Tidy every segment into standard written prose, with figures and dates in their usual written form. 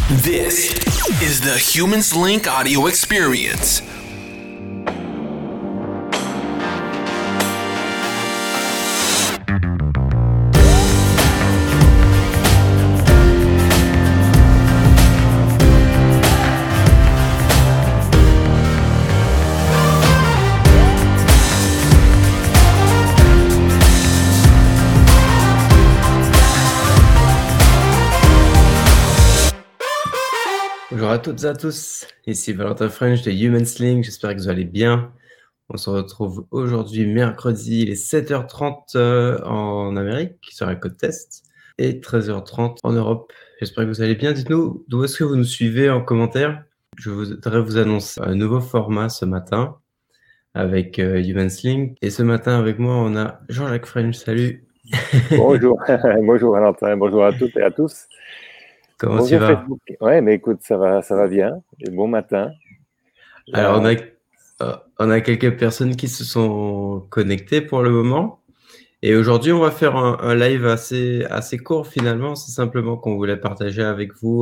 This is the Humans Link audio experience. Bonjour à toutes et à tous, ici Valentin French de Humans Link, j'espère que vous allez bien. On se retrouve aujourd'hui mercredi, il est 7h30 en Amérique, sur la côte Est, et 13h30 en Europe. J'espère que vous allez bien. Dites-nous d'où est-ce que vous nous suivez en commentaire. Je voudrais vous annoncer un nouveau format ce matin avec Humans Link. Et ce matin avec moi, on a Jean-Jacques French. Salut. Bonjour, bonjour Valentin, bonjour à toutes et à tous. Comment bonjour tu vas? Facebook. Ouais, mais écoute, ça va bien. Et bon matin. Alors, on a quelques personnes qui se sont connectées pour le moment. Et aujourd'hui, on va faire un live assez court finalement. C'est simplement qu'on voulait partager avec vous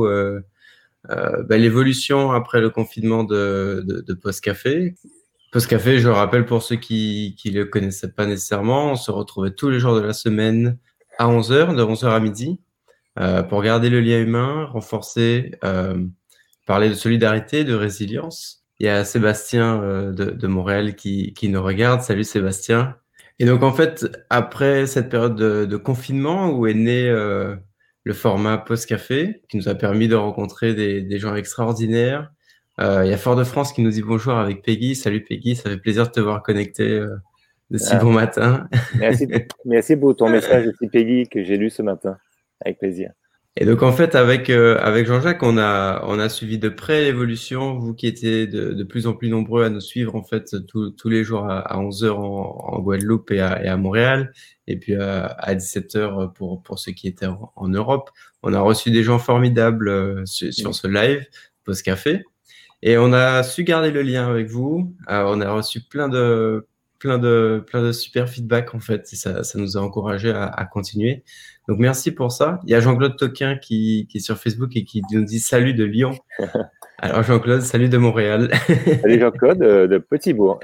l'évolution après le confinement de Postcafé. Postcafé, je rappelle pour ceux qui le connaissaient pas nécessairement, on se retrouvait tous les jours de la semaine à 11h, de 11h à midi, pour garder le lien humain, renforcer, parler de solidarité, de résilience. Il y a Sébastien de Montréal qui nous regarde. Salut Sébastien. Et donc en fait, après cette période de confinement où est né le format Postcafé, qui nous a permis de rencontrer des gens extraordinaires. Il y a Fort-de-France qui nous dit bonjour avec Peggy. Salut Peggy, ça fait plaisir de te voir connecté de si bon matin. Merci pour ton message aussi Peggy que j'ai lu ce matin, avec plaisir. Et donc en fait avec Jean-Jacques on a suivi de près l'évolution, vous qui étiez de plus en plus nombreux à nous suivre en fait tous les jours à 11h en Guadeloupe et à Montréal, et puis à 17h pour ceux qui étaient en Europe. On a reçu des gens formidables sur ce live Postcafé, et on a su garder le lien avec vous. On a reçu plein de super feedback en fait, et ça nous a encouragé à continuer. Donc merci pour ça. Il y a Jean-Claude Toquin qui est sur Facebook et qui nous dit salut de Lyon. Alors Jean-Claude, salut de Montréal. Salut Jean-Claude de Petit-Bourg.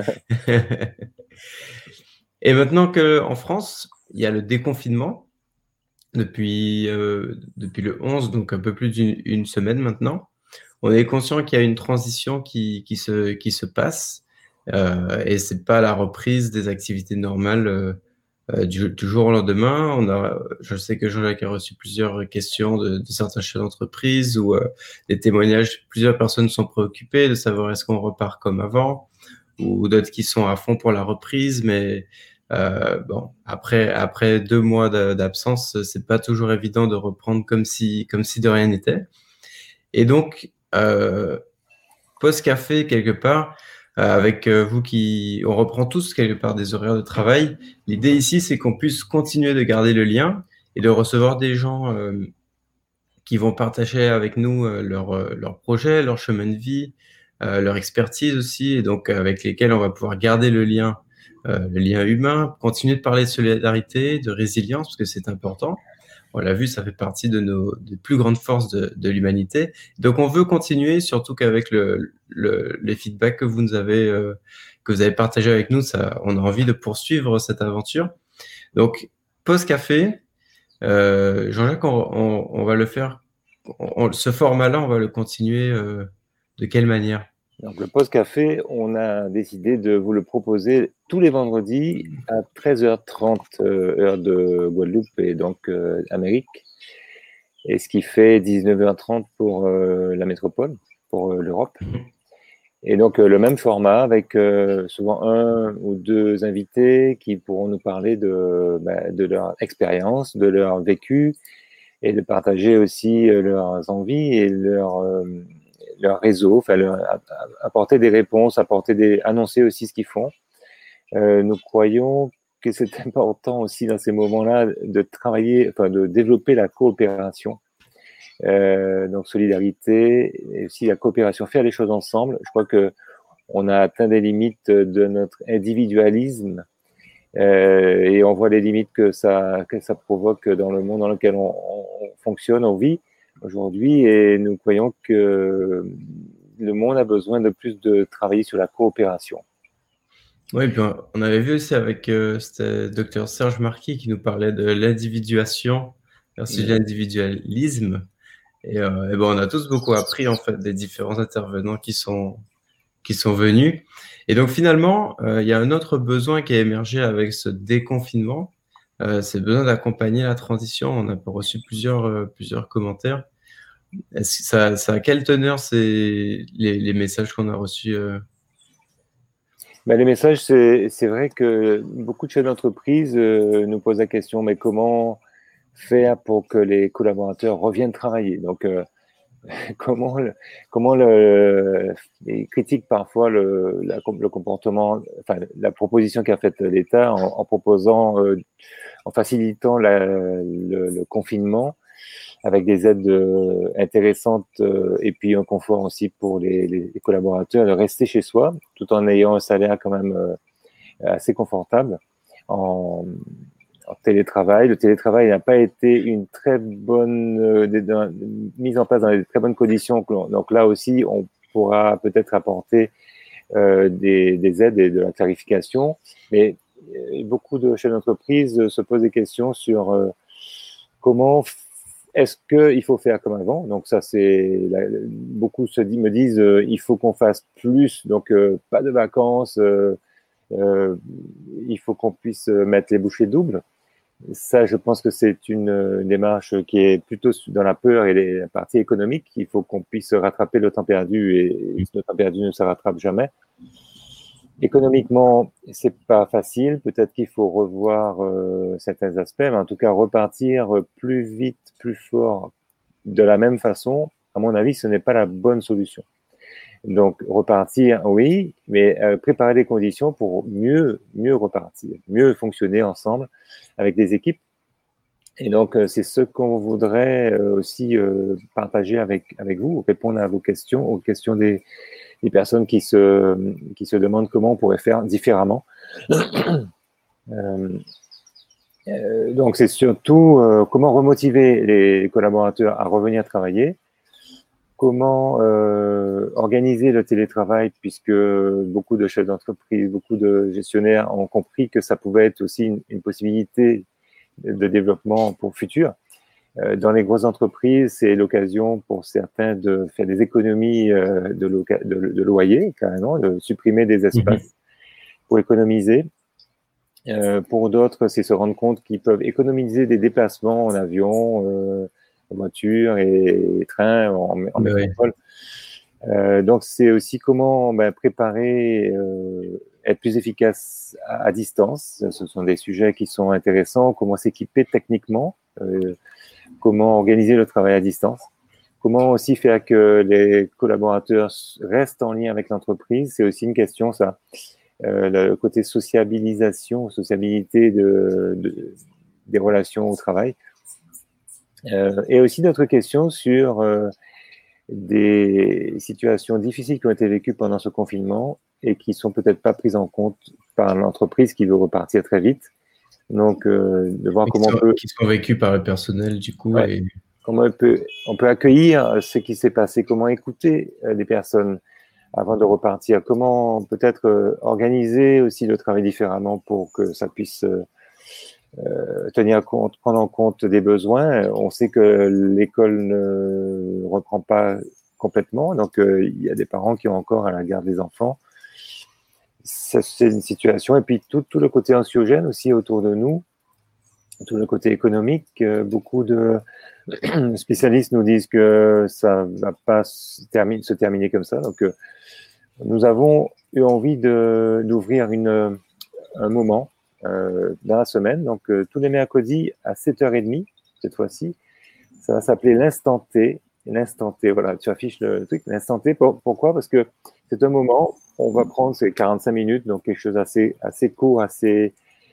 Et maintenant qu'en France, il y a le déconfinement depuis le 11, donc un peu plus d'une semaine maintenant. On est conscient qu'il y a une transition qui se passe, et c'est pas la reprise des activités normales du jour au lendemain. Je sais que Jean-Jacques a reçu plusieurs questions de certains chefs d'entreprise ou des témoignages. Plusieurs personnes sont préoccupées de savoir est-ce qu'on repart comme avant, ou d'autres qui sont à fond pour la reprise. Mais bon, après 2 mois d'absence, c'est pas toujours évident de reprendre comme si de rien n'était. Et donc, Postcafé quelque part, avec vous on reprend tous quelque part des horaires de travail. L'idée ici, c'est qu'on puisse continuer de garder le lien et de recevoir des gens qui vont partager avec nous leur projet, leur chemin de vie, leur expertise aussi, et donc avec lesquels on va pouvoir garder le lien humain, continuer de parler de solidarité, de résilience, parce que c'est important. On l'a vu, ça fait partie des plus grandes forces de l'humanité. Donc, on veut continuer, surtout qu'avec les feedbacks que vous avez partagés avec nous, on a envie de poursuivre cette aventure. Donc, Postcafé, Jean-Jacques, on va le faire. Ce format-là, on va le continuer de quelle manière? Donc le Postcafé, on a décidé de vous le proposer tous les vendredis à 13h30 heure de Guadeloupe et donc Amérique, et ce qui fait 19h30 pour la métropole, pour l'Europe. Et donc le même format avec souvent 1 ou 2 invités qui pourront nous parler de leur expérience, de leur vécu, et de partager aussi leurs envies et leur réseau, enfin apporter des réponses, annoncer aussi ce qu'ils font. Nous croyons que c'est important aussi dans ces moments-là de travailler, de développer la coopération. Donc solidarité et aussi la coopération, faire les choses ensemble. Je crois que on a atteint des limites de notre individualisme et on voit les limites que ça provoque dans le monde dans lequel on fonctionne, on vit. aujourd'hui et nous croyons que le monde a besoin de plus de travailler sur la coopération. Oui, puis on avait vu aussi avec c'était Dr Serge Marquis qui nous parlait de l'individuation versus l'individualisme. Et bon, on a tous beaucoup appris en fait des différents intervenants qui sont venus. Et donc finalement, il y a un autre besoin qui a émergé avec ce déconfinement, c'est le besoin d'accompagner la transition. On a reçu plusieurs commentaires. Est-ce que ça a quelle teneur les messages qu'on a reçus Les messages, c'est vrai que beaucoup de chefs d'entreprise nous posent la question, mais comment faire pour que les collaborateurs reviennent travailler? Donc, ils critiquent parfois le comportement, enfin la proposition qu'a faite l'État en proposant, en facilitant le confinement avec des aides intéressantes et puis un confort aussi pour les collaborateurs de rester chez soi tout en ayant un salaire quand même assez confortable en télétravail. Le télétravail n'a pas été une très bonne mise en place dans des très bonnes conditions. Donc là aussi, on pourra peut-être apporter des aides et de la clarification. Mais beaucoup de chefs d'entreprise se posent des questions sur comment est-ce qu'il faut faire comme avant. Donc ça, beaucoup me disent il faut qu'on fasse plus, donc pas de vacances, il faut qu'on puisse mettre les bouchées doubles. Ça, je pense que c'est une démarche qui est plutôt dans la peur et la partie économique. Il faut qu'on puisse rattraper le temps perdu et le temps perdu ne se rattrape jamais. Économiquement, c'est pas facile. Peut-être qu'il faut revoir certains aspects, mais en tout cas repartir plus vite, plus fort, de la même façon. À mon avis, ce n'est pas la bonne solution. Donc repartir, oui, mais préparer les conditions pour mieux repartir, mieux fonctionner ensemble avec des équipes. Et donc c'est ce qu'on voudrait aussi partager avec vous, répondre à vos questions, aux questions des personnes qui se demandent comment on pourrait faire différemment. Donc c'est surtout comment remotiver les collaborateurs à revenir travailler. Comment organiser le télétravail, puisque beaucoup de chefs d'entreprise, beaucoup de gestionnaires ont compris que ça pouvait être aussi une possibilité de développement pour le futur. Dans les grosses entreprises, c'est l'occasion pour certains de faire des économies de loyer, carrément, de supprimer des espaces pour économiser. Pour d'autres, c'est se rendre compte qu'ils peuvent économiser des déplacements en avion, en voiture et train, en métropole. Donc, c'est aussi comment préparer, être plus efficace à distance. Ce sont des sujets qui sont intéressants. Comment s'équiper techniquement, comment organiser le travail à distance, comment aussi faire que les collaborateurs restent en lien avec l'entreprise. C'est aussi une question, ça. Le côté sociabilité des relations au travail. Et aussi d'autres questions sur des situations difficiles qui ont été vécues pendant ce confinement et qui sont peut-être pas prises en compte par l'entreprise qui veut repartir très vite. Donc, de voir comment qui sont vécues par le personnel du coup. Ouais. Comment on peut accueillir ce qui s'est passé, comment écouter les personnes avant de repartir, comment peut-être organiser aussi le travail différemment pour que ça puisse prendre en compte des besoins. On sait que l'école ne reprend pas complètement, donc il y a des parents qui ont encore à la garde des enfants. Ça, c'est une situation. Et puis tout le côté anxiogène aussi autour de nous, tout le côté économique. Beaucoup de spécialistes nous disent que ça va pas se terminer comme ça. Donc nous avons eu envie d'ouvrir un moment dans la semaine, donc tous les mercredis à 7h30 cette fois-ci. Ça va s'appeler l'instant T. L'instant T, voilà, tu affiches le truc, l'instant T. Pourquoi? Parce que c'est un moment, on va prendre ces 45 minutes, donc quelque chose assez court, assez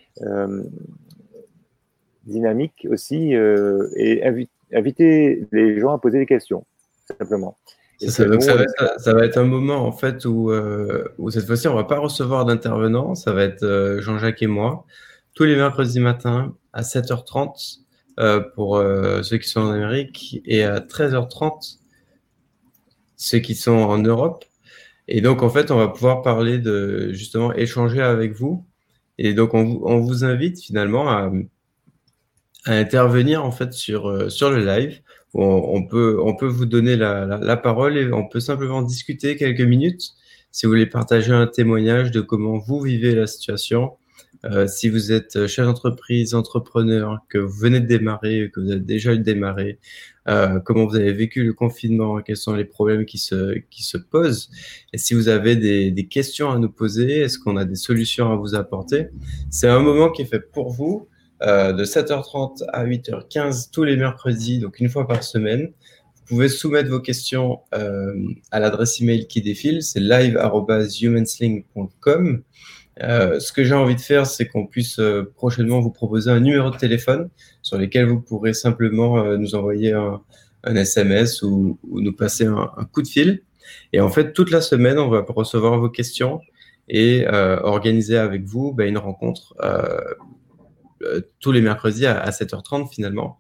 dynamique aussi, et inviter les gens à poser des questions, simplement. Ça va être un moment en fait où cette fois-ci on va pas recevoir d'intervenants, ça va être Jean-Jacques et moi tous les mercredis matins à 7h30. pour ceux qui sont en Amérique et à 13h30 ceux qui sont en Europe. Et donc, en fait, on va pouvoir parler de, justement, échanger avec vous. Et donc, on vous invite finalement à intervenir, en fait, sur le live. On peut vous donner la parole et on peut simplement discuter quelques minutes. Si vous voulez partager un témoignage de comment vous vivez la situation, si vous êtes chef d'entreprise, entrepreneur, que vous venez de démarrer, que vous avez déjà démarré, comment vous avez vécu le confinement, quels sont les problèmes qui se posent, et si vous avez des questions à nous poser, est-ce qu'on a des solutions à vous apporter. C'est un moment qui est fait pour vous, de 7h30 à 8h15 tous les mercredis, donc une fois par semaine. Vous pouvez soumettre vos questions à l'adresse email qui défile, c'est live@humansling.com. Ce que j'ai envie de faire, c'est qu'on puisse prochainement vous proposer un numéro de téléphone sur lequel vous pourrez simplement nous envoyer un SMS ou nous passer un coup de fil. Et en fait, toute la semaine, on va recevoir vos questions et organiser avec vous une rencontre tous les mercredis à 7h30 finalement.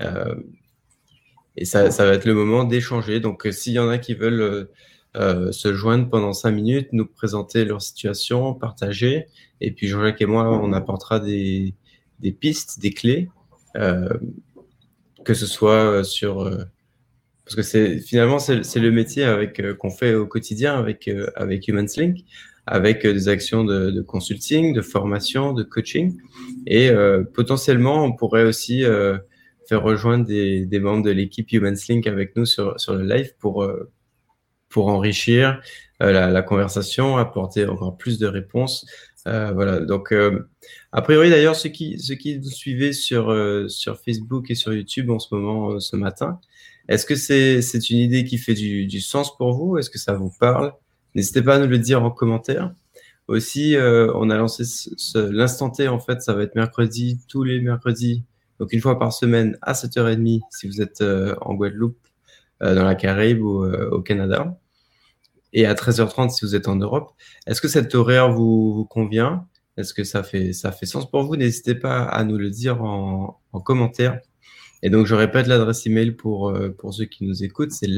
Et ça va être le moment d'échanger. Donc, s'il y en a qui veulent se joindre pendant 5 minutes, nous présenter leur situation, partager. Et puis Jean-Jacques et moi, on apportera des pistes, des clés, que ce soit parce que finalement c'est le métier qu'on fait au quotidien avec HumansLink, avec des actions de consulting, de formation, de coaching. Et potentiellement, on pourrait aussi faire rejoindre des membres de l'équipe HumansLink avec nous sur le live pour enrichir la conversation, apporter encore plus de réponses. Voilà. Donc, a priori, d'ailleurs, ceux qui nous suivez sur Facebook et sur YouTube en ce moment, ce matin, est-ce que c'est une idée qui fait du sens pour vous? Est-ce que ça vous parle? N'hésitez pas à nous le dire en commentaire. Aussi, on a lancé l'instant T, en fait, ça va être mercredi, tous les mercredis, donc une fois par semaine à 7h30 si vous êtes en Guadeloupe, dans la Caraïbe ou au Canada, et à 13h30 si vous êtes en Europe. Est-ce que cet horaire vous convient? Est-ce que ça fait sens pour vous? N'hésitez pas à nous le dire en commentaire. Et donc, je répète l'adresse email pour ceux qui nous écoutent, c'est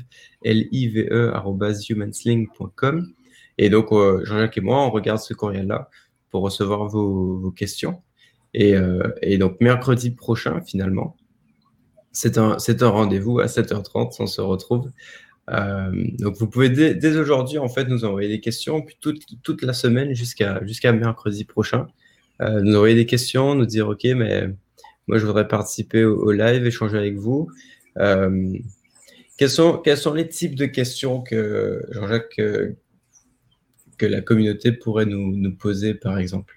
live@humansling.com. Et donc, Jean-Jacques et moi, on regarde ce courriel-là pour recevoir vos questions. Et donc, mercredi prochain, finalement, c'est un rendez-vous à 7h30, on se retrouve. Donc, vous pouvez dès aujourd'hui, en fait, nous envoyer des questions, puis toute la semaine jusqu'à mercredi prochain, nous envoyer des questions, nous dire, OK, mais moi, je voudrais participer au live, échanger avec vous. Quels sont les types de questions que, Jean-Jacques, que la communauté pourrait nous poser, par exemple?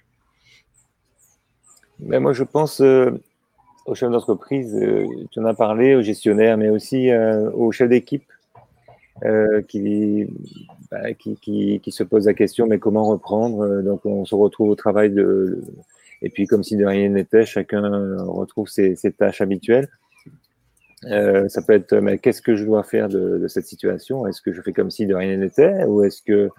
Mais moi, je pense aux chefs d'entreprise, tu en as parlé, aux gestionnaires, mais aussi aux chefs d'équipe qui se posent la question, mais comment reprendre? Donc, on se retrouve au travail et puis, comme si de rien n'était, chacun retrouve ses tâches habituelles. Ça peut être, mais qu'est-ce que je dois faire de cette situation? Est-ce que je fais comme si de rien n'était, ou est-ce que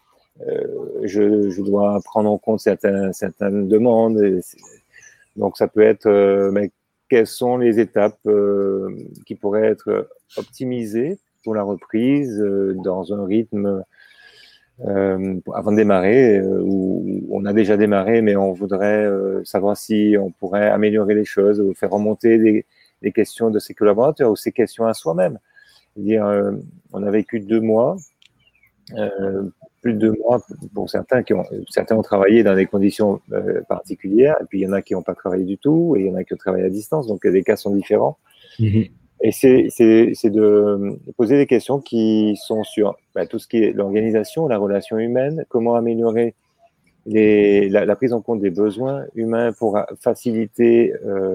je dois prendre en compte certaines demandes? Donc, ça peut être, mais quelles sont les étapes qui pourraient être optimisées pour la reprise dans un rythme avant de démarrer, où on a déjà démarré, mais on voudrait savoir si on pourrait améliorer les choses ou faire remonter les questions de ses collaborateurs ou ses questions à soi-même. C'est-à-dire, on a vécu 2 mois, plus de 2 mois pour certains certains ont travaillé dans des conditions particulières, et puis il y en a qui n'ont pas travaillé du tout, et il y en a qui ont travaillé à distance, donc les cas sont différents. Mm-hmm. Et c'est de poser des questions qui sont sur tout ce qui est l'organisation, la relation humaine, comment améliorer la prise en compte des besoins humains pour faciliter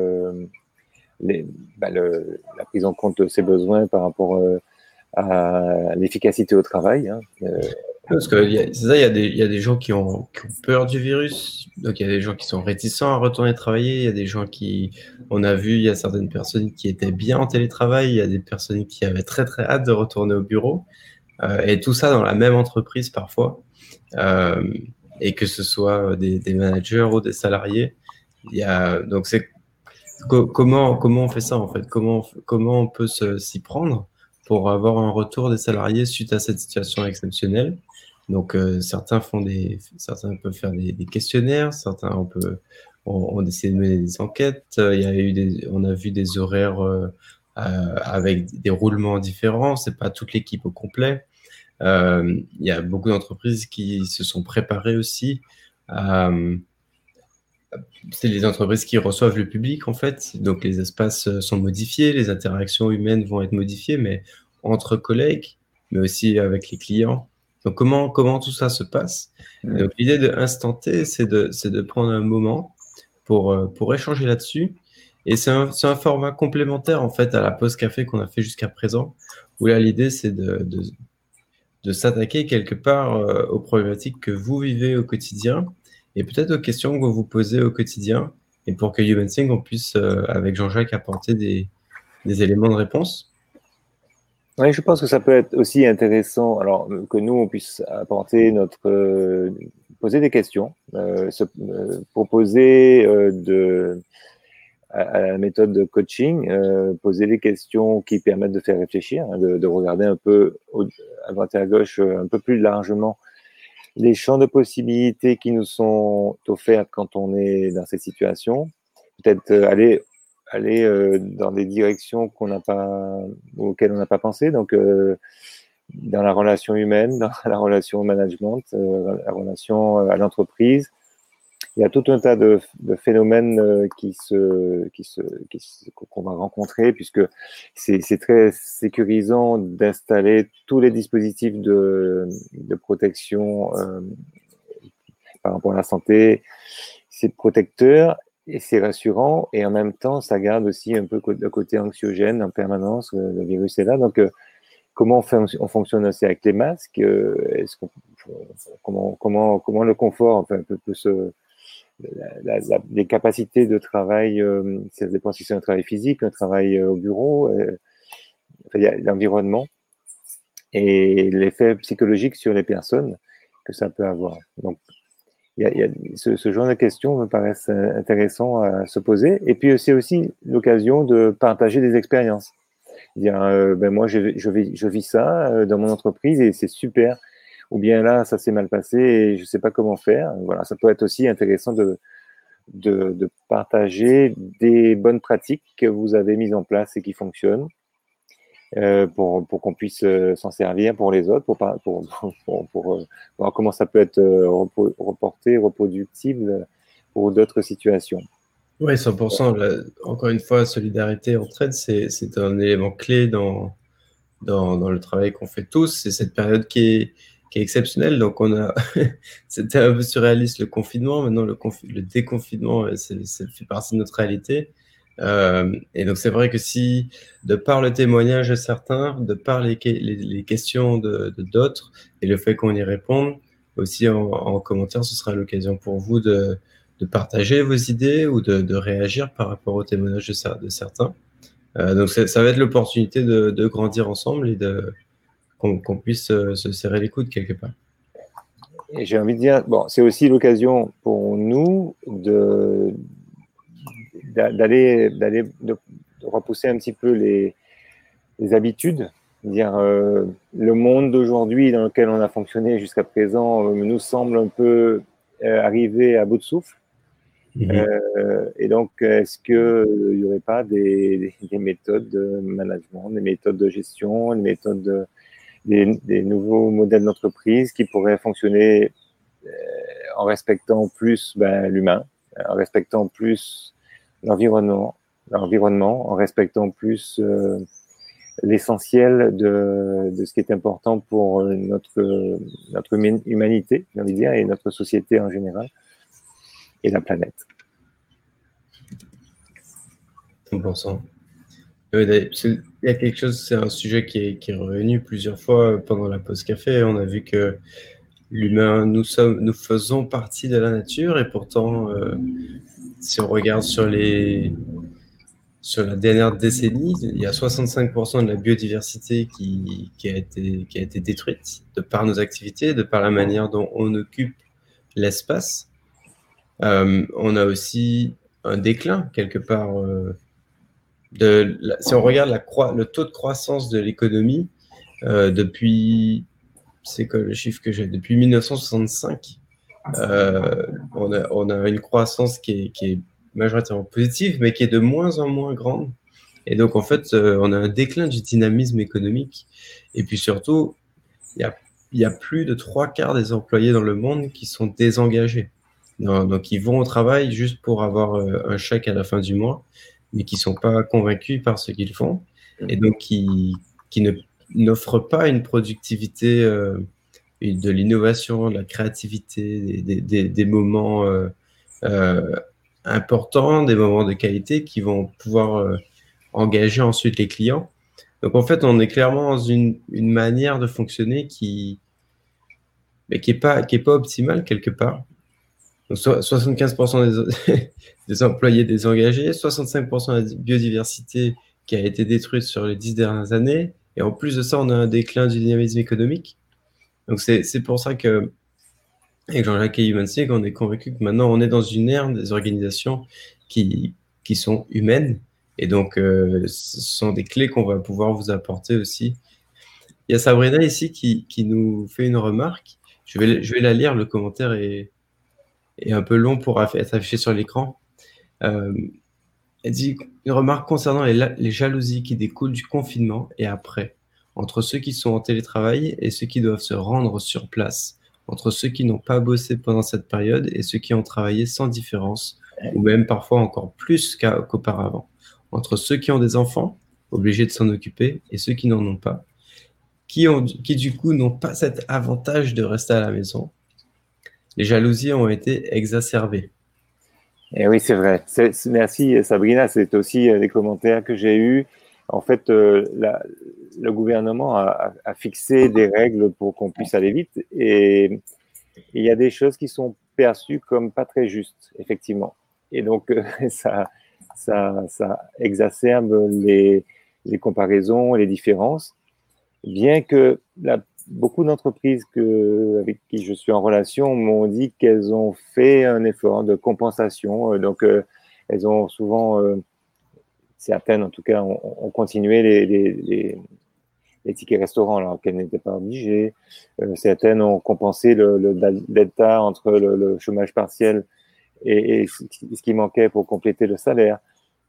la prise en compte de ces besoins par rapport à l'efficacité au travail. Parce que c'est ça, il y a des gens qui ont peur du virus, donc il y a des gens qui sont réticents à retourner travailler, il y a des gens on a vu, il y a certaines personnes qui étaient bien en télétravail, il y a des personnes qui avaient très très hâte de retourner au bureau, et tout ça dans la même entreprise parfois, et que ce soit des managers ou des salariés, donc comment on fait ça en fait? Comment on peut s'y prendre pour avoir un retour des salariés suite à cette situation exceptionnelle? Donc, certains peuvent faire des questionnaires, certains on essaie de mener des enquêtes. On a vu des horaires avec des roulements différents. C'est pas toute l'équipe au complet. Il y a beaucoup d'entreprises qui se sont préparées aussi. C'est les entreprises qui reçoivent le public, en fait. Donc, les espaces sont modifiés, les interactions humaines vont être modifiées, mais entre collègues, mais aussi avec les clients. Donc, comment tout ça se passe? Et donc, l'idée de Instant T, c'est de prendre un moment pour échanger là-dessus. Et c'est un format complémentaire, en fait, à la pause café qu'on a fait jusqu'à présent, où là, l'idée, c'est de s'attaquer quelque part aux problématiques que vous vivez au quotidien et peut-être aux questions que vous vous posez au quotidien, et pour que Human Sync, on puisse, avec Jean-Jacques, apporter des éléments de réponse. Oui, je pense que ça peut être aussi intéressant, alors que nous, on puisse apporter poser des questions, proposer à la méthode de coaching, poser des questions qui permettent de faire réfléchir, hein, de regarder un peu à droite et à gauche, un peu plus largement les champs de possibilités qui nous sont offerts quand on est dans cette situation. Peut-être aller dans des directions auxquelles on n'a pas pensé. Donc, dans la relation humaine, dans la relation au management, la relation à l'entreprise. Il y a tout un tas de phénomènes qu'on va rencontrer, puisque c'est très sécurisant d'installer tous les dispositifs de protection par rapport à la santé. C'est protecteur et c'est rassurant, et en même temps, ça garde aussi un peu le côté anxiogène en permanence. Le virus est là, donc comment on fonctionne aussi avec les masques? Comment le confort, enfin, les capacités de travail, ça dépend si c'est un travail physique, un travail au bureau, il y a l'environnement et l'effet psychologique sur les personnes que ça peut avoir. Donc, il y a ce genre de questions me paraissent intéressants à se poser. Et puis, c'est aussi l'occasion de partager des expériences. Dire, moi, je vis ça dans mon entreprise et c'est super. Ou bien là, ça s'est mal passé et je ne sais pas comment faire. Voilà, ça peut être aussi intéressant de partager des bonnes pratiques que vous avez mises en place et qui fonctionnent, pour qu'on puisse s'en servir pour les autres, pour voir comment ça peut être reproductible pour d'autres situations. Oui, 100%. Encore une fois, solidarité, entraide, c'est un élément clé dans le travail qu'on fait tous. C'est cette période qui est exceptionnelle. Donc, c'était un peu surréaliste le confinement. Maintenant, le déconfinement, ça fait partie de notre réalité. Et donc, c'est vrai que si, de par le témoignage de certains, de par les questions de d'autres, et le fait qu'on y réponde, aussi en commentaire, ce sera l'occasion pour vous de partager vos idées ou de réagir par rapport au témoignage de certains. Donc, ça va être l'opportunité de grandir ensemble et qu'on puisse se serrer les coudes quelque part. Et j'ai envie de dire, bon, c'est aussi l'occasion pour nous de repousser un petit peu les habitudes. Dire, le monde d'aujourd'hui dans lequel on a fonctionné jusqu'à présent nous semble un peu arriver à bout de souffle. Et donc, est-ce qu'il n'y aurait pas des méthodes de management, des méthodes de gestion, des nouveaux modèles d'entreprise qui pourraient fonctionner en respectant plus l'humain, en respectant plus l'environnement, en respectant plus l'essentiel de ce qui est important pour notre humanité, j'ai envie de dire, et notre société en général, et la planète. 100%. Il y a quelque chose, c'est un sujet qui est revenu plusieurs fois pendant la pause café. On a vu que l'humain, nous faisons partie de la nature, et pourtant, si on regarde sur la dernière décennie, il y a 65% de la biodiversité qui a été détruite de par nos activités, de par la manière dont on occupe l'espace. On a aussi un déclin quelque part. Si on regarde le taux de croissance de l'économie depuis, c'est quoi le chiffre que j'ai, depuis 1965, on a une croissance qui est majoritairement positive, mais qui est de moins en moins grande. Et donc, en fait, on a un déclin du dynamisme économique. Et puis surtout, il y a plus de 3/4 des employés dans le monde qui sont désengagés. Donc, ils vont au travail juste pour avoir un chèque à la fin du mois, mais qui sont pas convaincus par ce qu'ils font. Et donc, qui n'offrent pas une productivité, de l'innovation, de la créativité, des moments importants, des moments de qualité qui vont pouvoir engager ensuite les clients. Donc en fait, on est clairement dans une manière de fonctionner qui est pas optimale quelque part. Donc 75% des employés désengagés, 65% de la biodiversité qui a été détruite sur les 10 dernières années, et en plus de ça, on a un déclin du dynamisme économique. Donc c'est pour ça que avec Jean-Jacques et Humansig, on est convaincu que maintenant on est dans une ère des organisations qui sont humaines. Et donc, ce sont des clés qu'on va pouvoir vous apporter aussi. Il y a Sabrina ici qui nous fait une remarque. Je vais la lire, le commentaire est un peu long pour être affiché sur l'écran. Elle dit une remarque concernant les jalousies qui découlent du confinement et après, entre ceux qui sont en télétravail et ceux qui doivent se rendre sur place, entre ceux qui n'ont pas bossé pendant cette période et ceux qui ont travaillé sans différence, ou même parfois encore plus qu'auparavant, entre ceux qui ont des enfants, obligés de s'en occuper, et ceux qui n'en ont pas, qui du coup n'ont pas cet avantage de rester à la maison. Les jalousies ont été exacerbées. Et oui, c'est vrai. Merci Sabrina, c'est aussi des commentaires que j'ai eus. En fait, le gouvernement a fixé des règles pour qu'on puisse aller vite, et il y a des choses qui sont perçues comme pas très justes, effectivement. Et donc, ça exacerbe les comparaisons, les différences, bien que beaucoup d'entreprises avec qui je suis en relation m'ont dit qu'elles ont fait un effort de compensation. Donc, elles ont souvent, certaines en tout cas, ont continué les tickets restaurants alors qu'elles n'étaient pas obligées. Certaines ont compensé le delta entre le chômage partiel et ce qui manquait pour compléter le salaire.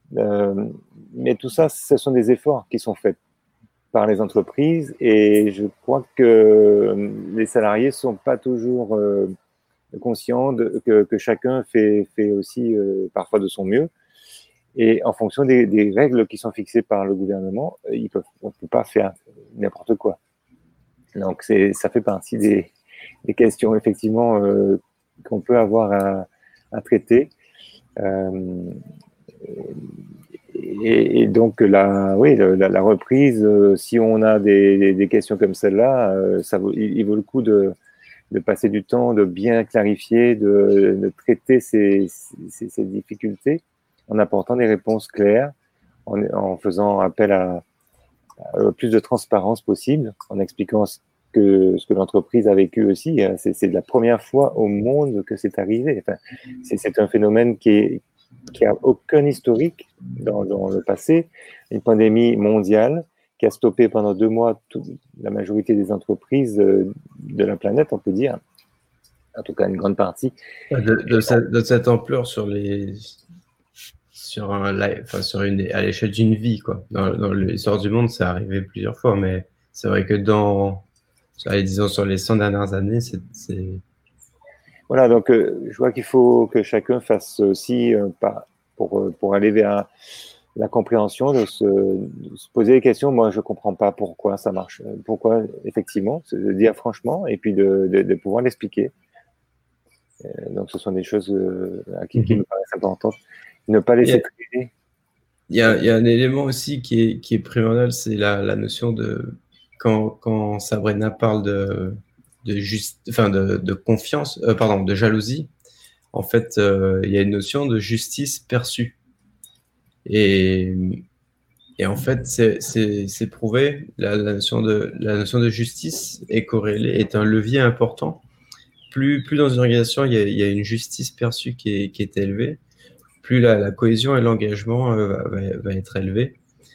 Mais tout ça, ce sont des efforts qui sont faits par les entreprises, et je crois que les salariés ne sont pas toujours conscients que chacun fait aussi parfois de son mieux. Et en fonction des règles qui sont fixées par le gouvernement, on ne peut pas faire n'importe quoi. Donc, ça fait partie des questions, effectivement, qu'on peut avoir à traiter. Et donc, la reprise, si on a des questions comme celle-là, il vaut le coup de passer du temps, de bien clarifier, de traiter ces difficultés en apportant des réponses claires, en faisant appel à plus de transparence possible, en expliquant ce que l'entreprise a vécu aussi. C'est la première fois au monde que c'est arrivé. Enfin, c'est un phénomène qui a aucun historique dans le passé, une pandémie mondiale qui a stoppé pendant 2 mois la majorité des entreprises de la planète, on peut dire, en tout cas une grande partie. De cette ampleur à l'échelle d'une vie, quoi. Dans l'histoire du monde, c'est arrivé plusieurs fois, mais c'est vrai que disons sur les 100 dernières années, c'est... Voilà, donc je vois qu'il faut que chacun fasse aussi pour aller vers la compréhension, de se poser des questions. Moi, je ne comprends pas pourquoi ça marche, pourquoi effectivement, de dire franchement, et puis de pouvoir l'expliquer. Donc, ce sont des choses qui me paraissent importantes. Ne pas laisser traîner. Il y a un élément aussi qui est primordial, c'est la notion de quand Sabrina parle de confiance, de jalousie. En fait, il y a une notion de justice perçue. Et en fait, c'est prouvé. La notion de justice est un levier important. Plus dans une organisation, il y a une justice perçue qui est élevée, plus la cohésion et l'engagement va être élevé.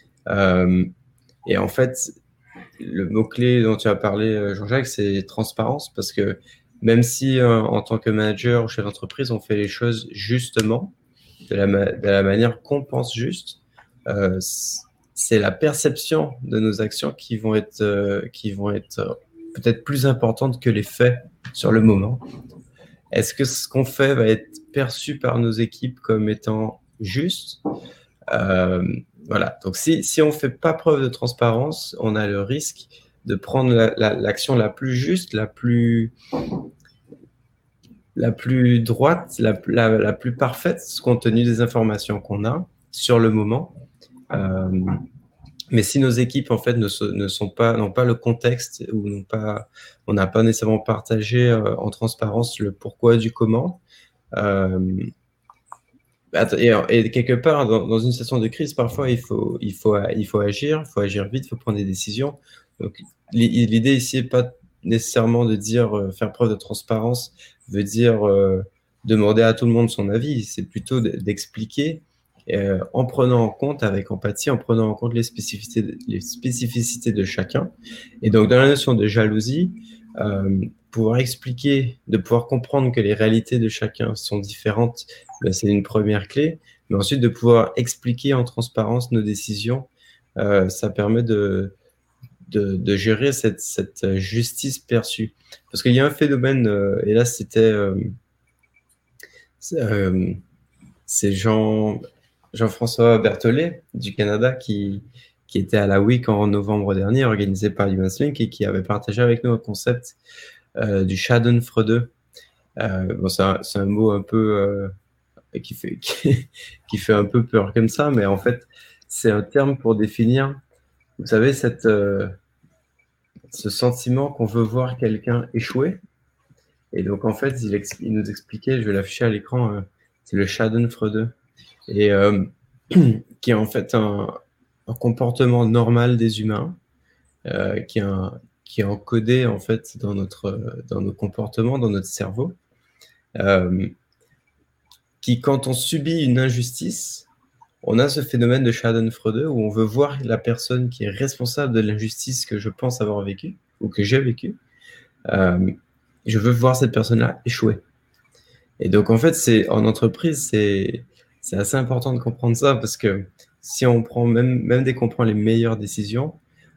Et en fait, le mot-clé dont tu as parlé, Jean-Jacques, c'est transparence, parce que même si en tant que manager ou chef d'entreprise, on fait les choses justement, de la manière qu'on pense juste, c'est la perception de nos actions qui vont être peut-être plus importantes que les faits sur le moment. Est-ce que ce qu'on fait va être perçu par nos équipes comme étant juste? Voilà. Donc, si on ne fait pas preuve de transparence, on a le risque de prendre l'action la plus juste, la plus droite, la plus parfaite, compte tenu des informations qu'on a sur le moment. Mais si nos équipes en fait n'ont pas le contexte ou on n'a pas nécessairement partagé en transparence le pourquoi du comment, et quelque part dans une situation de crise, parfois il faut agir vite, il faut prendre des décisions. Donc l'idée ici n'est pas nécessairement de dire faire preuve de transparence veut dire demander à tout le monde son avis, c'est plutôt d'expliquer. En prenant en compte, avec empathie, en prenant en compte les spécificités de chacun. Et donc, dans la notion de jalousie, pouvoir expliquer, de pouvoir comprendre que les réalités de chacun sont différentes, ben, c'est une première clé. Mais ensuite, de pouvoir expliquer en transparence nos décisions, ça permet de gérer cette justice perçue. Parce qu'il y a un phénomène, et là, c'est Jean-François Berthollet du Canada qui était à la WIC en novembre dernier, organisé par Humans Link, et qui avait partagé avec nous un concept du Schadenfreude. Bon, c'est un mot un peu qui fait un peu peur comme ça, mais en fait, c'est un terme pour définir, vous savez, ce sentiment qu'on veut voir quelqu'un échouer. Et donc, en fait, il nous expliquait, je vais l'afficher à l'écran, c'est le Schadenfreude. Et qui est en fait un comportement normal des humains, qui est encodé en fait dans nos comportements, dans notre cerveau, qui, quand on subit une injustice, on a ce phénomène de Schadenfreude où on veut voir la personne qui est responsable de l'injustice que je pense avoir vécue ou que j'ai vécue. Je veux voir cette personne-là échouer. Et donc, en fait, en entreprise, c'est assez important de comprendre ça, parce que si on prend même dès qu'on prend les meilleures décisions,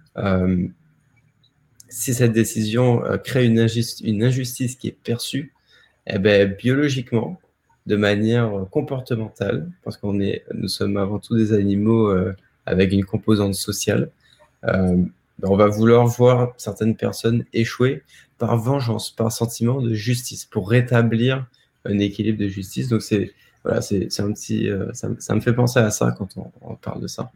si cette décision crée une injustice qui est perçue, eh ben, biologiquement, de manière comportementale, parce nous sommes avant tout des animaux avec une composante sociale, on va vouloir voir certaines personnes échouer par vengeance, par sentiment de justice, pour rétablir un équilibre de justice. Donc voilà, c'est un petit, ça me fait penser à ça quand on parle de ça.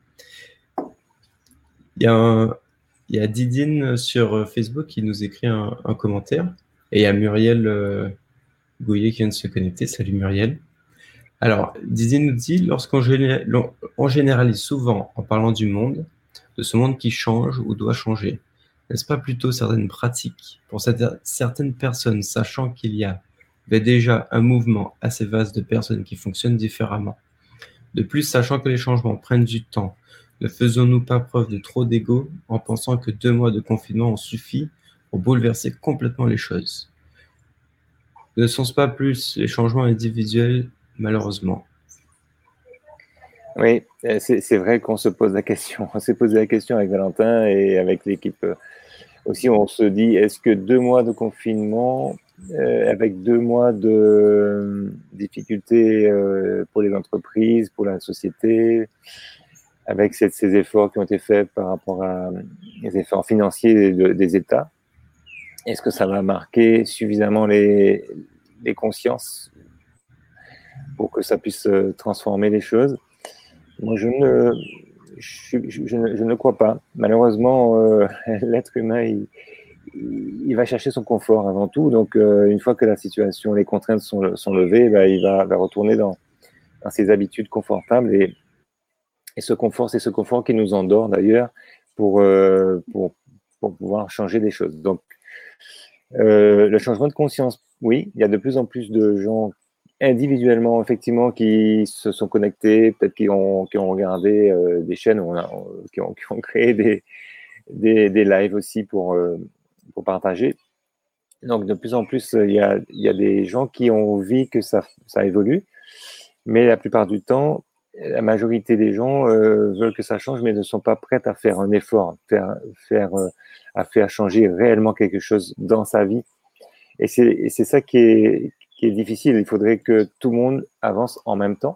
Il y a Didine sur Facebook qui nous écrit un commentaire, et il y a Muriel Gouillet qui vient de se connecter. Salut Muriel. Alors, Didine nous dit, on généralise souvent en parlant du monde, de ce monde qui change ou doit changer. N'est-ce pas plutôt certaines pratiques pour certaines personnes, sachant qu'il y avait déjà un mouvement assez vaste de personnes qui fonctionnent différemment? De plus, sachant que les changements prennent du temps, ne faisons-nous pas preuve de trop d'ego en pensant que 2 mois de confinement ont suffi pour bouleverser complètement les choses? Ne sont-ce pas plus les changements individuels, malheureusement? Oui, c'est vrai qu'on se pose la question. On s'est posé la question avec Valentin et avec l'équipe aussi. On se dit, est-ce que 2 mois de confinement, avec 2 mois de difficultés pour les entreprises, pour la société, avec ces efforts qui ont été faits par rapport à les efforts financiers des États, est-ce que ça va marquer suffisamment les consciences pour que ça puisse transformer les choses? Moi, je ne crois pas. Malheureusement, l'être humain, il va chercher son confort avant tout. Donc, une fois que la situation, les contraintes sont levées, il va retourner dans ses habitudes confortables. Et ce confort, c'est ce confort qui nous endort d'ailleurs pour pouvoir changer des choses. Donc, le changement de conscience, oui, il y a de plus en plus de gens individuellement, effectivement, qui se sont connectés, peut-être qui ont regardé des chaînes, qui ont créé des lives aussi pour partager. Donc, de plus en plus, il y a des gens qui ont envie que ça évolue, mais la plupart du temps, la majorité des gens veulent que ça change, mais ne sont pas prêts à faire un effort, à faire changer réellement quelque chose dans sa vie. Et c'est ça qui est difficile. Il faudrait que tout le monde avance en même temps.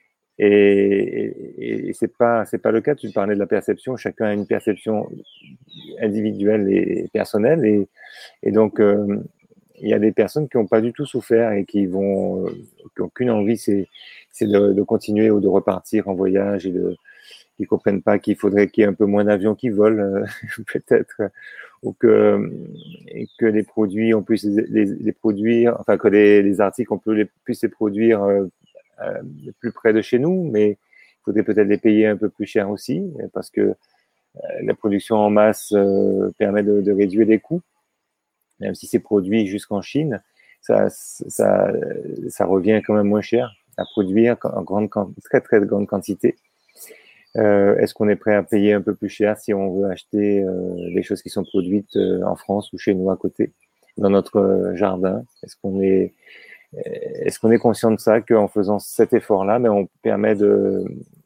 Et c'est pas le cas. Tu parlais de la perception. Chacun a une perception individuelle et personnelle. Et donc, il y a des personnes qui n'ont pas du tout souffert et qui n'ont qu'une envie, c'est de continuer ou de repartir en voyage et qui comprennent pas qu'il faudrait qu'il y ait un peu moins d'avions qui volent, peut-être, ou que les produits, on puisse les produire, enfin, que les articles, on puisse les produire plus près de chez nous, mais il faudrait peut-être les payer un peu plus cher aussi, parce que la production en masse permet de réduire les coûts. Même si c'est produit jusqu'en Chine, ça revient quand même moins cher à produire en très très grande quantité. Est-ce qu'on est prêt à payer un peu plus cher si on veut acheter des choses qui sont produites en France ou chez nous à côté, dans notre jardin? Est-ce qu'on est conscient de ça, qu'en faisant cet effort-là, mais on permet de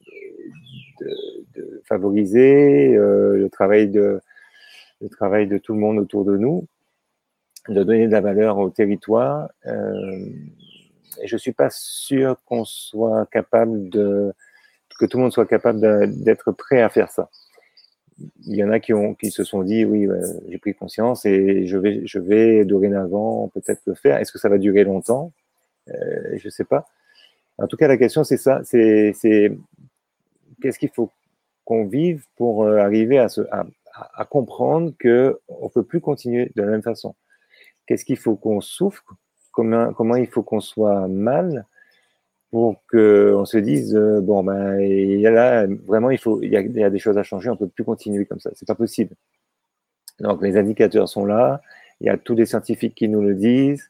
favoriser le travail de tout le monde autour de nous, de donner de la valeur au territoire. Et je suis pas sûr qu'on soit capable que tout le monde soit capable d'être prêt à faire ça. Il y en a qui se sont dit, oui, j'ai pris conscience et je vais dorénavant peut-être le faire. Est-ce que ça va durer longtemps? Je sais pas. En tout cas, la question, c'est ça. C'est qu'est-ce qu'il faut qu'on vive pour arriver à comprendre qu'on peut plus continuer de la même façon. Qu'est-ce qu'il faut qu'on souffre? Comment il faut qu'on soit mal pour qu'on se dise bon, ben, il y a là, vraiment, il y a des choses à changer, on peut plus continuer comme ça, c'est pas possible. Donc les indicateurs sont là, il y a tous les scientifiques qui nous le disent,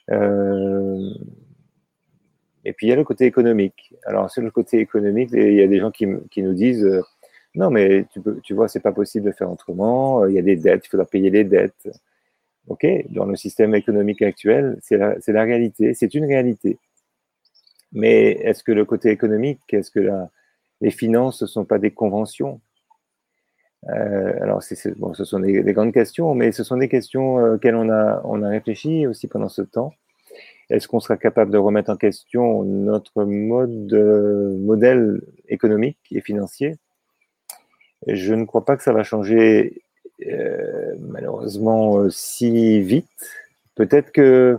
et puis il y a le côté économique. Alors sur le côté économique, il y a des gens qui nous disent non, mais tu vois, c'est pas possible de faire autrement, il y a des dettes, il faudra payer les dettes. Ok, dans le système économique actuel, c'est la réalité, c'est une réalité. Mais est-ce que le côté économique, est-ce que les finances ne sont pas des conventions? Alors, bon, ce sont des grandes questions, mais ce sont des questions auxquelles on a réfléchi aussi pendant ce temps. Est-ce qu'on sera capable de remettre en question notre modèle économique et financier? Je ne crois pas que ça va changer malheureusement si vite. Peut-être qu'il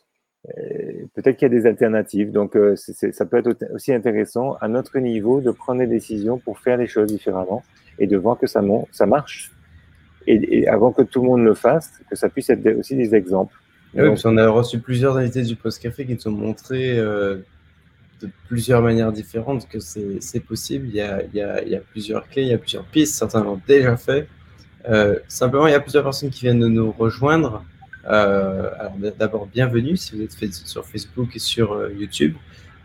y a des alternatives. Donc, ça peut être aussi intéressant à notre niveau de prendre des décisions pour faire les choses différemment et de voir que ça marche. Et avant que tout le monde le fasse, que ça puisse être aussi des exemples. Oui, parce qu'on a reçu plusieurs invités du Post Café qui nous ont montré de plusieurs manières différentes que c'est possible. Il y a plusieurs clés, il y a plusieurs pistes. Certains l'ont déjà fait. Simplement, il y a plusieurs personnes qui viennent de nous rejoindre. Alors d'abord, bienvenue si vous êtes sur Facebook et sur YouTube.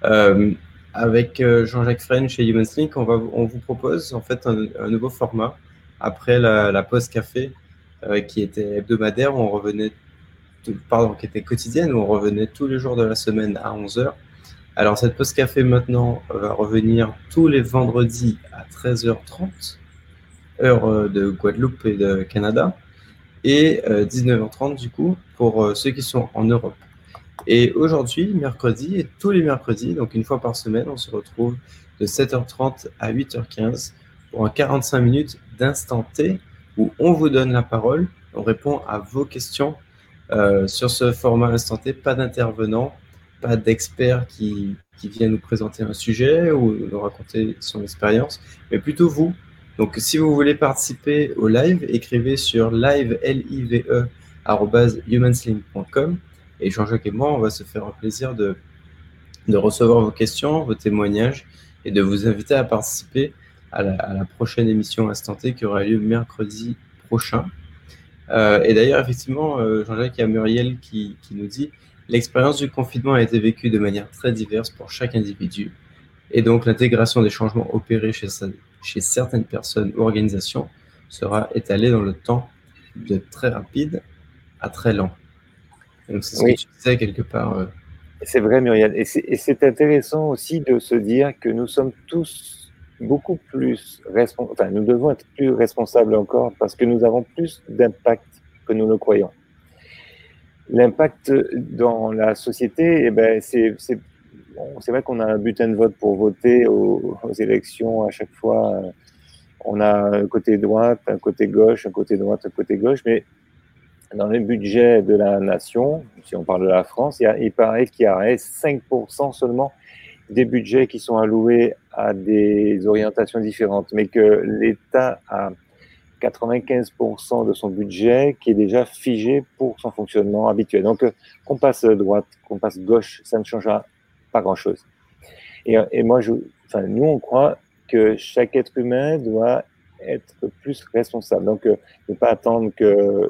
Avec Jean-Jacques French et Humans Link, on vous propose en fait un nouveau format après la pause café qui était hebdomadaire, où on revenait qui était quotidienne, où on revenait tous les jours de la semaine à 11h. Alors cette pause café maintenant va revenir tous les vendredis à 13h30, heure de Guadeloupe et de Canada, et 19h30 du coup pour ceux qui sont en Europe. Et aujourd'hui, mercredi, et tous les mercredis, donc une fois par semaine, on se retrouve de 7h30 à 8h15 pour un 45 minutes d'instant T où on vous donne la parole, on répond à vos questions sur ce format instant T, pas d'intervenant, pas d'expert qui vient nous présenter un sujet ou nous raconter son expérience, mais plutôt vous. Donc, si vous voulez participer au live, écrivez sur live@humanslink.com et Jean-Jacques et moi, on va se faire un plaisir de recevoir vos questions, vos témoignages et de vous inviter à participer à la prochaine émission Instant T qui aura lieu mercredi prochain. Et d'ailleurs, effectivement, Jean-Jacques, il y a Muriel qui nous dit L'expérience du confinement a été vécue de manière très diverse pour chaque individu, et donc l'intégration des changements opérés chez certaines personnes ou organisations sera étalée dans le temps de très rapide à très lent. Donc c'est ce que Oui, tu disais quelque part. c'est vrai, Muriel. Et c'est intéressant aussi de se dire que nous sommes tous beaucoup plus responsables, enfin, nous devons être plus responsables encore parce que nous avons plus d'impact que nous le croyons. L'impact dans la société, eh ben, c'est vrai qu'on a un bulletin de vote pour voter aux élections à chaque fois. On a un côté droite, un côté gauche, un côté droite, un côté gauche, mais dans le budget de la nation, si on parle de la France, il paraît qu'il y a 5% seulement des budgets qui sont alloués à des orientations différentes, mais que l'État a 95% de son budget qui est déjà figé pour son fonctionnement habituel. Donc, qu'on passe droite, qu'on passe gauche, ça ne changera pas grand-chose. Et moi, nous, on croit que chaque être humain doit être plus responsable. Donc, ne pas attendre que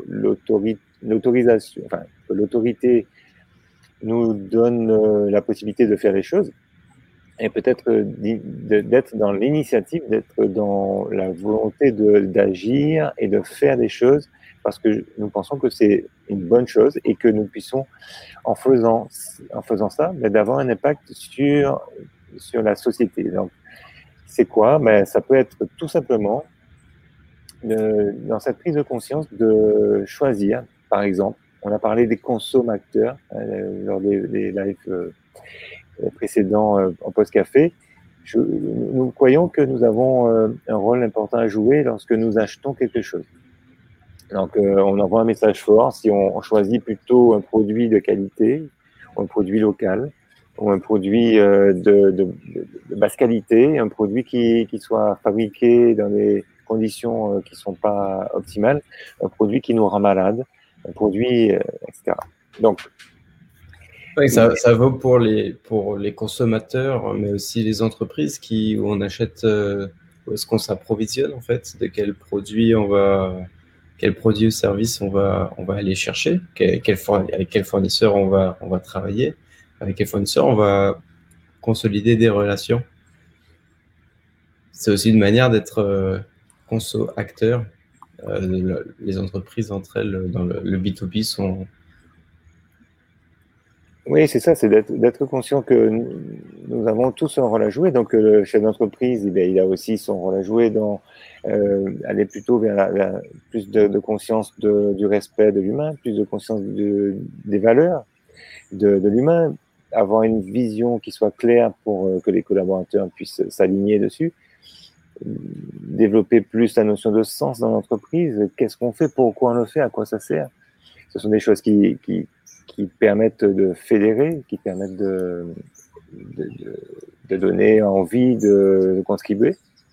l'autorité nous donne la possibilité de faire les choses, et peut-être d'être dans l'initiative, d'être dans la volonté d'agir et de faire des choses, parce que nous pensons que c'est une bonne chose et que nous puissions, en faisant ça, d'avoir un impact sur la société. Donc, c'est quoi? Ça peut être tout simplement dans cette prise de conscience de choisir, par exemple, on a parlé des consommateurs lors des lives précédents en post-café. Nous croyons que nous avons un rôle important à jouer lorsque nous achetons quelque chose. Donc, on envoie un message fort si on choisit plutôt un produit de qualité, ou un produit local, ou un produit de basse qualité, un produit qui soit fabriqué dans des conditions qui ne sont pas optimales, un produit qui nous rend malade, un produit, etc. Donc, Oui, ça vaut pour les consommateurs, mais aussi les entreprises où on achète, où est-ce qu'on s'approvisionne en fait, de quel produit ou service on va aller chercher, avec quel fournisseur on va travailler, avec quel fournisseur on va consolider des relations. C'est aussi une manière d'être conso-acteur. Les entreprises entre elles dans le B2B sont. Oui, c'est ça, c'est d'être conscient que nous avons tous un rôle à jouer. Donc, le chef d'entreprise, il a aussi son rôle à jouer dans aller plutôt vers plus de conscience du respect de l'humain, plus de conscience des valeurs de l'humain, avoir une vision qui soit claire pour que les collaborateurs puissent s'aligner dessus, développer plus la notion de sens dans l'entreprise. Qu'est-ce qu'on fait, pourquoi on le fait, à quoi ça sert? Ce sont des choses qui permettent de fédérer, qui permettent de donner envie de contribuer.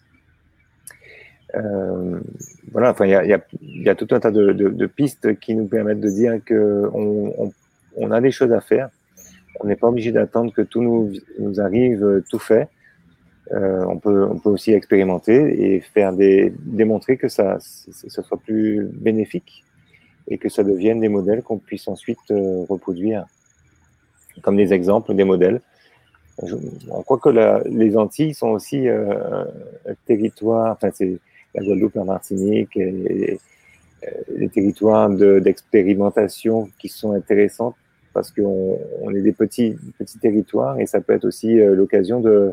Voilà, enfin, il y a tout un tas de pistes qui nous permettent de dire qu'on a des choses à faire. On n'est pas obligé d'attendre que tout nous arrive tout fait. On peut aussi expérimenter et démontrer que ça soit plus bénéfique et que ça devienne des modèles qu'on puisse ensuite reproduire comme des exemples, des modèles. On croit que les Antilles sont aussi un territoire, enfin c'est la Guadeloupe, la Martinique, et les territoires d'expérimentation qui sont intéressants parce qu'on est des petits territoires et ça peut être aussi l'occasion de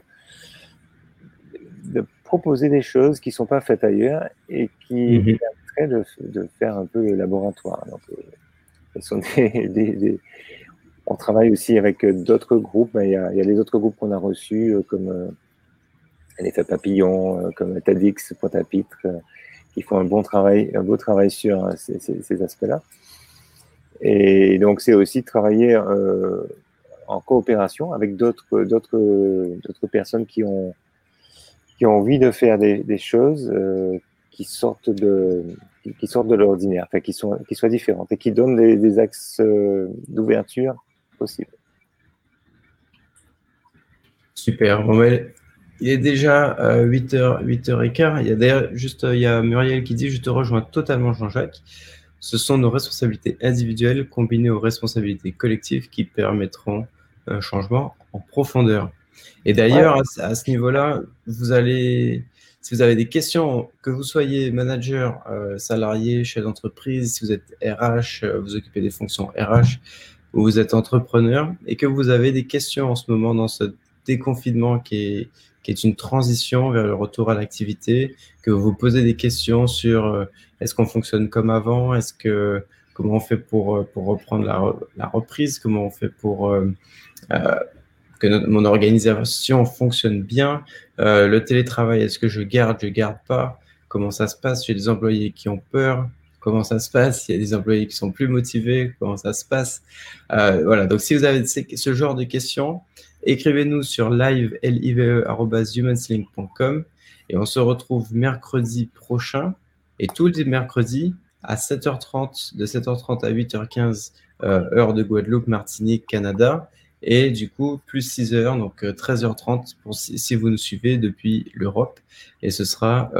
proposer des choses qui ne sont pas faites ailleurs et qui permettraient de faire un peu le laboratoire. Donc, ce sont on travaille aussi avec d'autres groupes. Il y a les autres groupes qu'on a reçus, comme l'effet papillon, comme TEDx, Pointe-à-Pitre, qui font un beau travail sur ces aspects-là. Et donc, c'est aussi travailler en coopération avec d'autres personnes qui ont envie de faire des choses qui sortent de l'ordinaire, enfin, qui soient différentes et qui donnent des axes d'ouverture possibles. Super. Bon, il est déjà 8h15. Il y a d'ailleurs il y a Muriel qui dit « Je te rejoins totalement, Jean-Jacques. Ce sont nos responsabilités individuelles combinées aux responsabilités collectives qui permettront un changement en profondeur. Et d'ailleurs, à ce niveau-là, si vous avez des questions, que vous soyez manager, salarié, chef d'entreprise, si vous êtes RH, vous occupez des fonctions RH, ou vous êtes entrepreneur, et que vous avez des questions en ce moment dans ce déconfinement qui est une transition vers le retour à l'activité, que vous vous posez des questions sur est-ce qu'on fonctionne comme avant, comment on fait pour reprendre la reprise, comment on fait pour que mon organisation fonctionne bien, le télétravail, est-ce que je garde pas, comment ça se passe chez les employés qui ont peur, comment ça se passe, il y a des employés qui sont plus motivés, comment ça se passe. Voilà, donc si vous avez ce genre de questions, écrivez-nous sur live@humanslink.com et on se retrouve mercredi prochain et tous les mercredis à 7h30, de 7h30 à 8h15, heure de Guadeloupe, Martinique, Canada. Et du coup, plus 6 heures, donc 13h30 si vous nous suivez depuis l'Europe. Et ce sera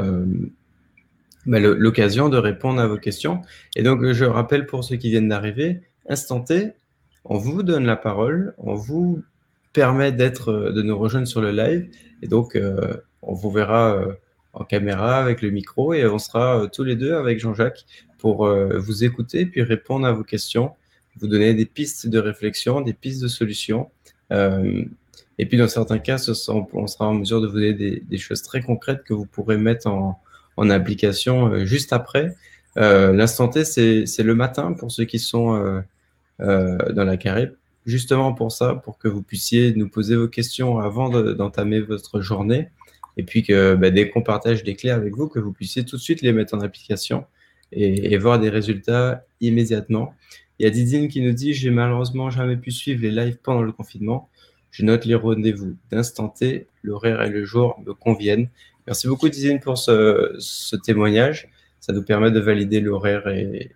l'occasion de répondre à vos questions. Et donc, je rappelle pour ceux qui viennent d'arriver, Instant T, on vous donne la parole, on vous permet de nous rejoindre sur le live. Et donc, on vous verra en caméra avec le micro et on sera tous les deux avec Jean-Jacques pour vous écouter puis répondre à vos questions, vous donner des pistes de réflexion, des pistes de solutions. Et puis, dans certains cas, on sera en mesure de vous donner des choses très concrètes que vous pourrez mettre en application juste après. L'instant T, c'est le matin pour ceux qui sont dans la Caraïbe, justement pour ça, pour que vous puissiez nous poser vos questions avant d'entamer votre journée. Et puis que dès qu'on partage des clés avec vous, que vous puissiez tout de suite les mettre en application et voir des résultats immédiatement. Il y a Didine qui nous dit « J'ai malheureusement jamais pu suivre les lives pendant le confinement. Je note les rendez-vous d'Instant T. L'horaire et le jour me conviennent. » Merci beaucoup Didine pour ce témoignage. Ça nous permet de valider l'horaire et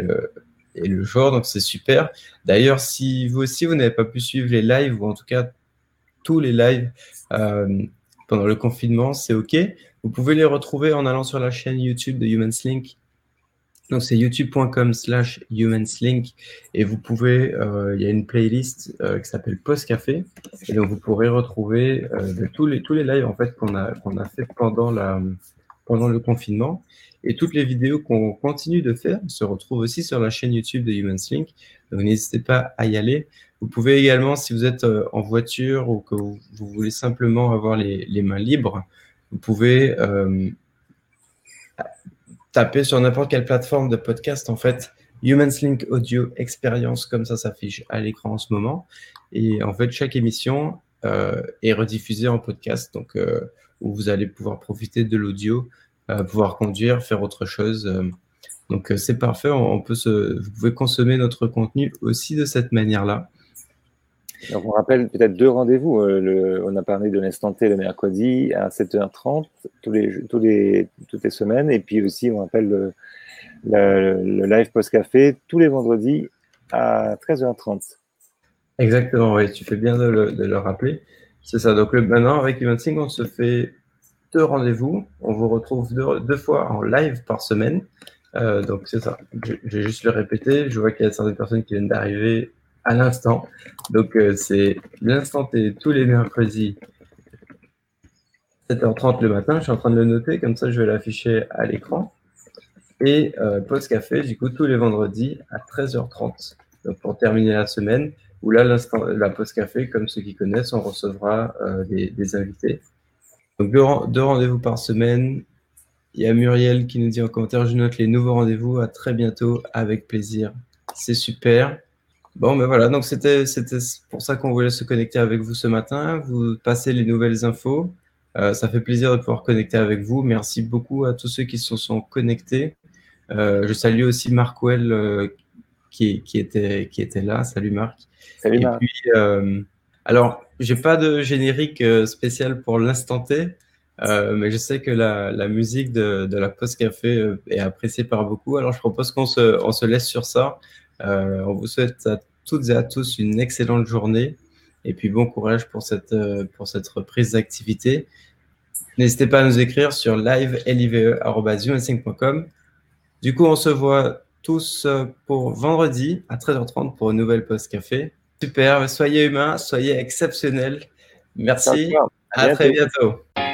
le jour, donc c'est super. D'ailleurs, si vous aussi, vous n'avez pas pu suivre les lives, ou en tout cas tous les lives pendant le confinement, c'est OK. Vous pouvez les retrouver en allant sur la chaîne YouTube de HumanSlink. Donc, c'est youtube.com/HumanSlink et vous pouvez, il y a une playlist qui s'appelle Post Café et donc vous pourrez retrouver tous les lives en fait qu'on a fait pendant le confinement et toutes les vidéos qu'on continue de faire se retrouvent aussi sur la chaîne YouTube de HumanSlink. Donc, n'hésitez pas à y aller. Vous pouvez également, si vous êtes en voiture ou que vous voulez simplement avoir les mains libres, vous pouvez taper sur n'importe quelle plateforme de podcast, en fait, HumanSlink Audio Experience, comme ça s'affiche à l'écran en ce moment. Et en fait, chaque émission est rediffusée en podcast, donc où vous allez pouvoir profiter de l'audio, pouvoir conduire, faire autre chose. Donc, c'est parfait. Vous pouvez consommer notre contenu aussi de cette manière-là. Donc, on rappelle peut-être 2 rendez-vous. On a parlé de l'Instant T le mercredi à 7h30 toutes les semaines. Et puis aussi, on rappelle le live post-café tous les vendredis à 13h30. Exactement, oui. Tu fais bien de le rappeler. C'est ça. Donc, maintenant, avec HumanSlink, on se fait 2 rendez-vous. On vous retrouve 2 fois en live par semaine. Donc, c'est ça. Je vais juste le répéter. Je vois qu'il y a certaines personnes qui viennent d'arriver à l'instant. Donc, c'est l'Instant T tous les mercredis, 7h30 le matin. Je suis en train de le noter, comme ça, je vais l'afficher à l'écran. Et Post Café, du coup, tous les vendredis à 13h30. Donc, pour terminer la semaine, où là, la Post Café, comme ceux qui connaissent, on recevra des invités. Donc, 2 rendez-vous par semaine. Il y a Muriel qui nous dit en commentaire, je note les nouveaux rendez-vous. À très bientôt, avec plaisir. C'est super. Bon, mais voilà, donc c'était pour ça qu'on voulait se connecter avec vous ce matin, vous passer les nouvelles infos. Ça fait plaisir de pouvoir connecter avec vous. Merci beaucoup à tous ceux qui se sont connectés. Je salue aussi Marc Well qui était là. Salut Marc. Salut Marc. Et puis, alors, j'ai pas de générique spécial pour l'instant T, mais je sais que la musique de la Pause Café est appréciée par beaucoup. Alors, je propose qu'on se laisse sur ça. On vous souhaite à toutes et à tous une excellente journée et puis bon courage pour cette reprise d'activité. N'hésitez pas à nous écrire sur live@humanslink.com. Du coup, on se voit tous pour vendredi à 13h30 pour une nouvelle pause café. Super, soyez humains, soyez exceptionnels. Merci, Ciao, ciao. À à très bientôt. bientôt.